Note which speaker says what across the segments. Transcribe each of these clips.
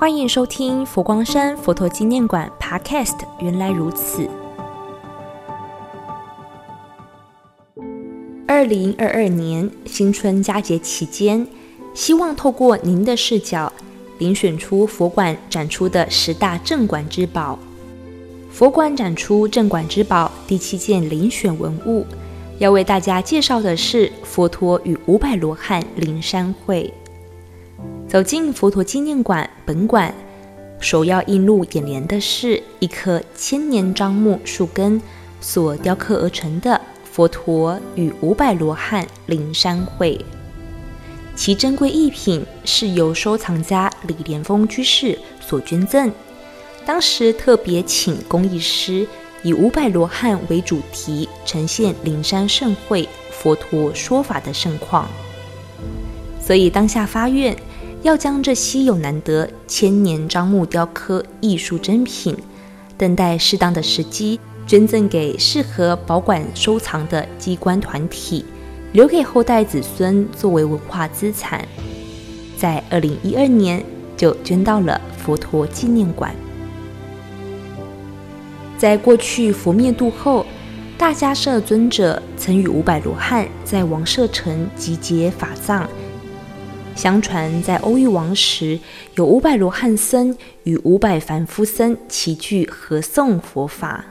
Speaker 1: 欢迎收听佛光山佛陀纪念馆 Podcast 原来如此。2022年新春佳节期间，希望透过您的视角，遴选出佛馆展出的10大镇馆之宝。佛馆展出镇馆之宝第7件遴选文物，要为大家介绍的是佛陀与500罗汉灵山会。走进佛陀纪念馆本馆，首要映入眼帘的是一棵千年樟木树根所雕刻而成的佛陀与500罗汉灵山会。其珍贵艺品是由收藏家李莲峰居士所捐赠，当时特别请工艺师以500罗汉为主题，呈现灵山盛会佛陀说法的盛况。所以当下发愿，要将这稀有难得千年樟木雕刻艺术珍品，等待适当的时机，捐赠给适合保管收藏的机关团体，留给后代子孙作为文化资产。在2012年就捐到了佛陀纪念馆。在过去佛灭度后，大迦摄尊者曾与500罗汉在王舍城集结法藏。相传在欧玉王时，有500罗汉僧与500凡夫僧齐聚合诵佛法。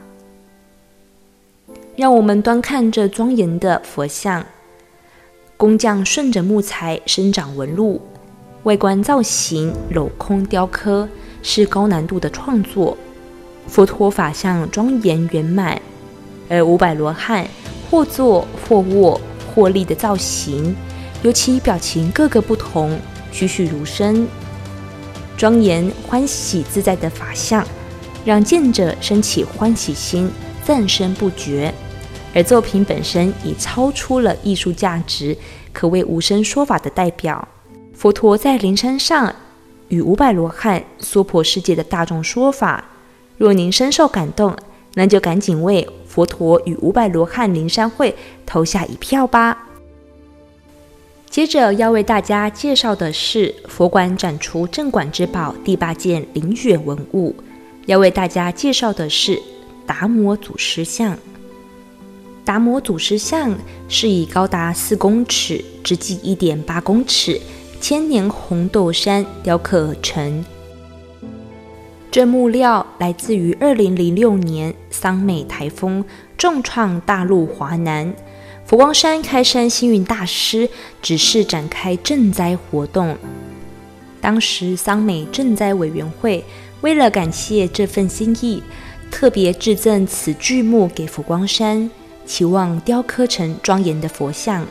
Speaker 1: 让我们端看这庄严的佛像，工匠顺着木材生长纹路，外观造型镂空雕刻，是高难度的创作。佛陀法相庄严圆满，而500罗汉或坐或卧或立的造型，尤其表情各个不同，栩栩如生，庄严欢喜自在的法相，让见者生起欢喜心，赞声不绝。而作品本身已超出了艺术价值，可谓无声说法的代表。佛陀在灵山上与500罗汉娑婆世界的大众说法，若您深受感动，那就赶紧为佛陀与500罗汉灵山会投下一票吧。接着要为大家介绍的是佛馆展出镇馆之宝第8件遴选文物，要为大家介绍的是达摩祖师像。达摩祖师像是以高达4公尺、直径1.8公尺千年红豆杉雕刻而成。这木料来自于2006年桑美台风重创大陆华南，佛光山开山星云大师指示展开赈灾活动。当时桑美赈灾委员会为了感谢这份心意，特别致赠此巨木给佛光山，期望雕刻成庄严的佛像。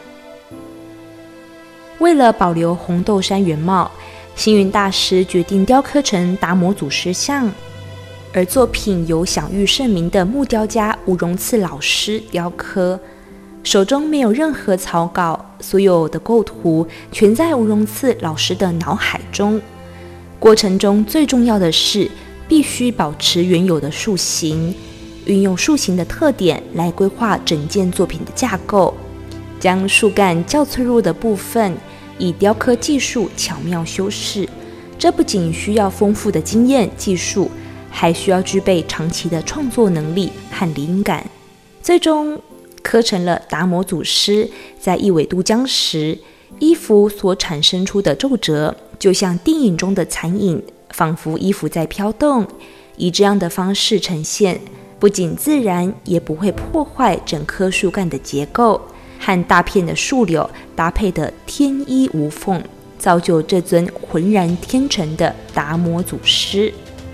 Speaker 1: 为了保留红豆杉原貌，星云大师决定雕刻成达摩祖师像，而作品由享誉盛名的木雕家吴荣次老师雕刻，手中没有任何草稿，所有的构图全在吴荣次老师的脑海中。过程中最重要的是必须保持原有的树形，运用树形的特点来规划整件作品的架构，将树干较脆弱的部分以雕刻技术巧妙修饰。这不仅需要丰富的经验技术，还需要具备长期的创作能力和灵感。最终刻成了达摩祖师在一苇渡江时，衣服所产生出的皱褶，就像电影中的残影，仿佛衣服在飘动。以这样的方式呈现，不仅自然，也不会破坏整棵树干的结构，和大片的树柳搭配的天衣无缝，造就这尊浑然天成的达摩祖师。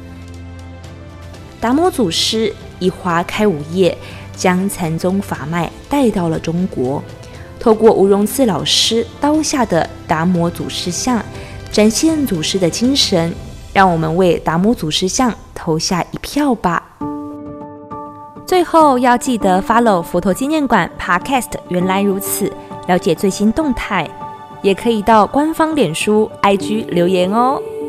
Speaker 1: 达摩祖师以华开五叶，将禅宗法脉带到了中国，透过吴荣次老师刀下的达摩祖师像，展现祖师的精神。让我们为达摩祖师像投下一票吧。最后要记得 follow 佛陀纪念馆 Podcast 原来如此，了解最新动态，也可以到官方脸书 IG 留言哦。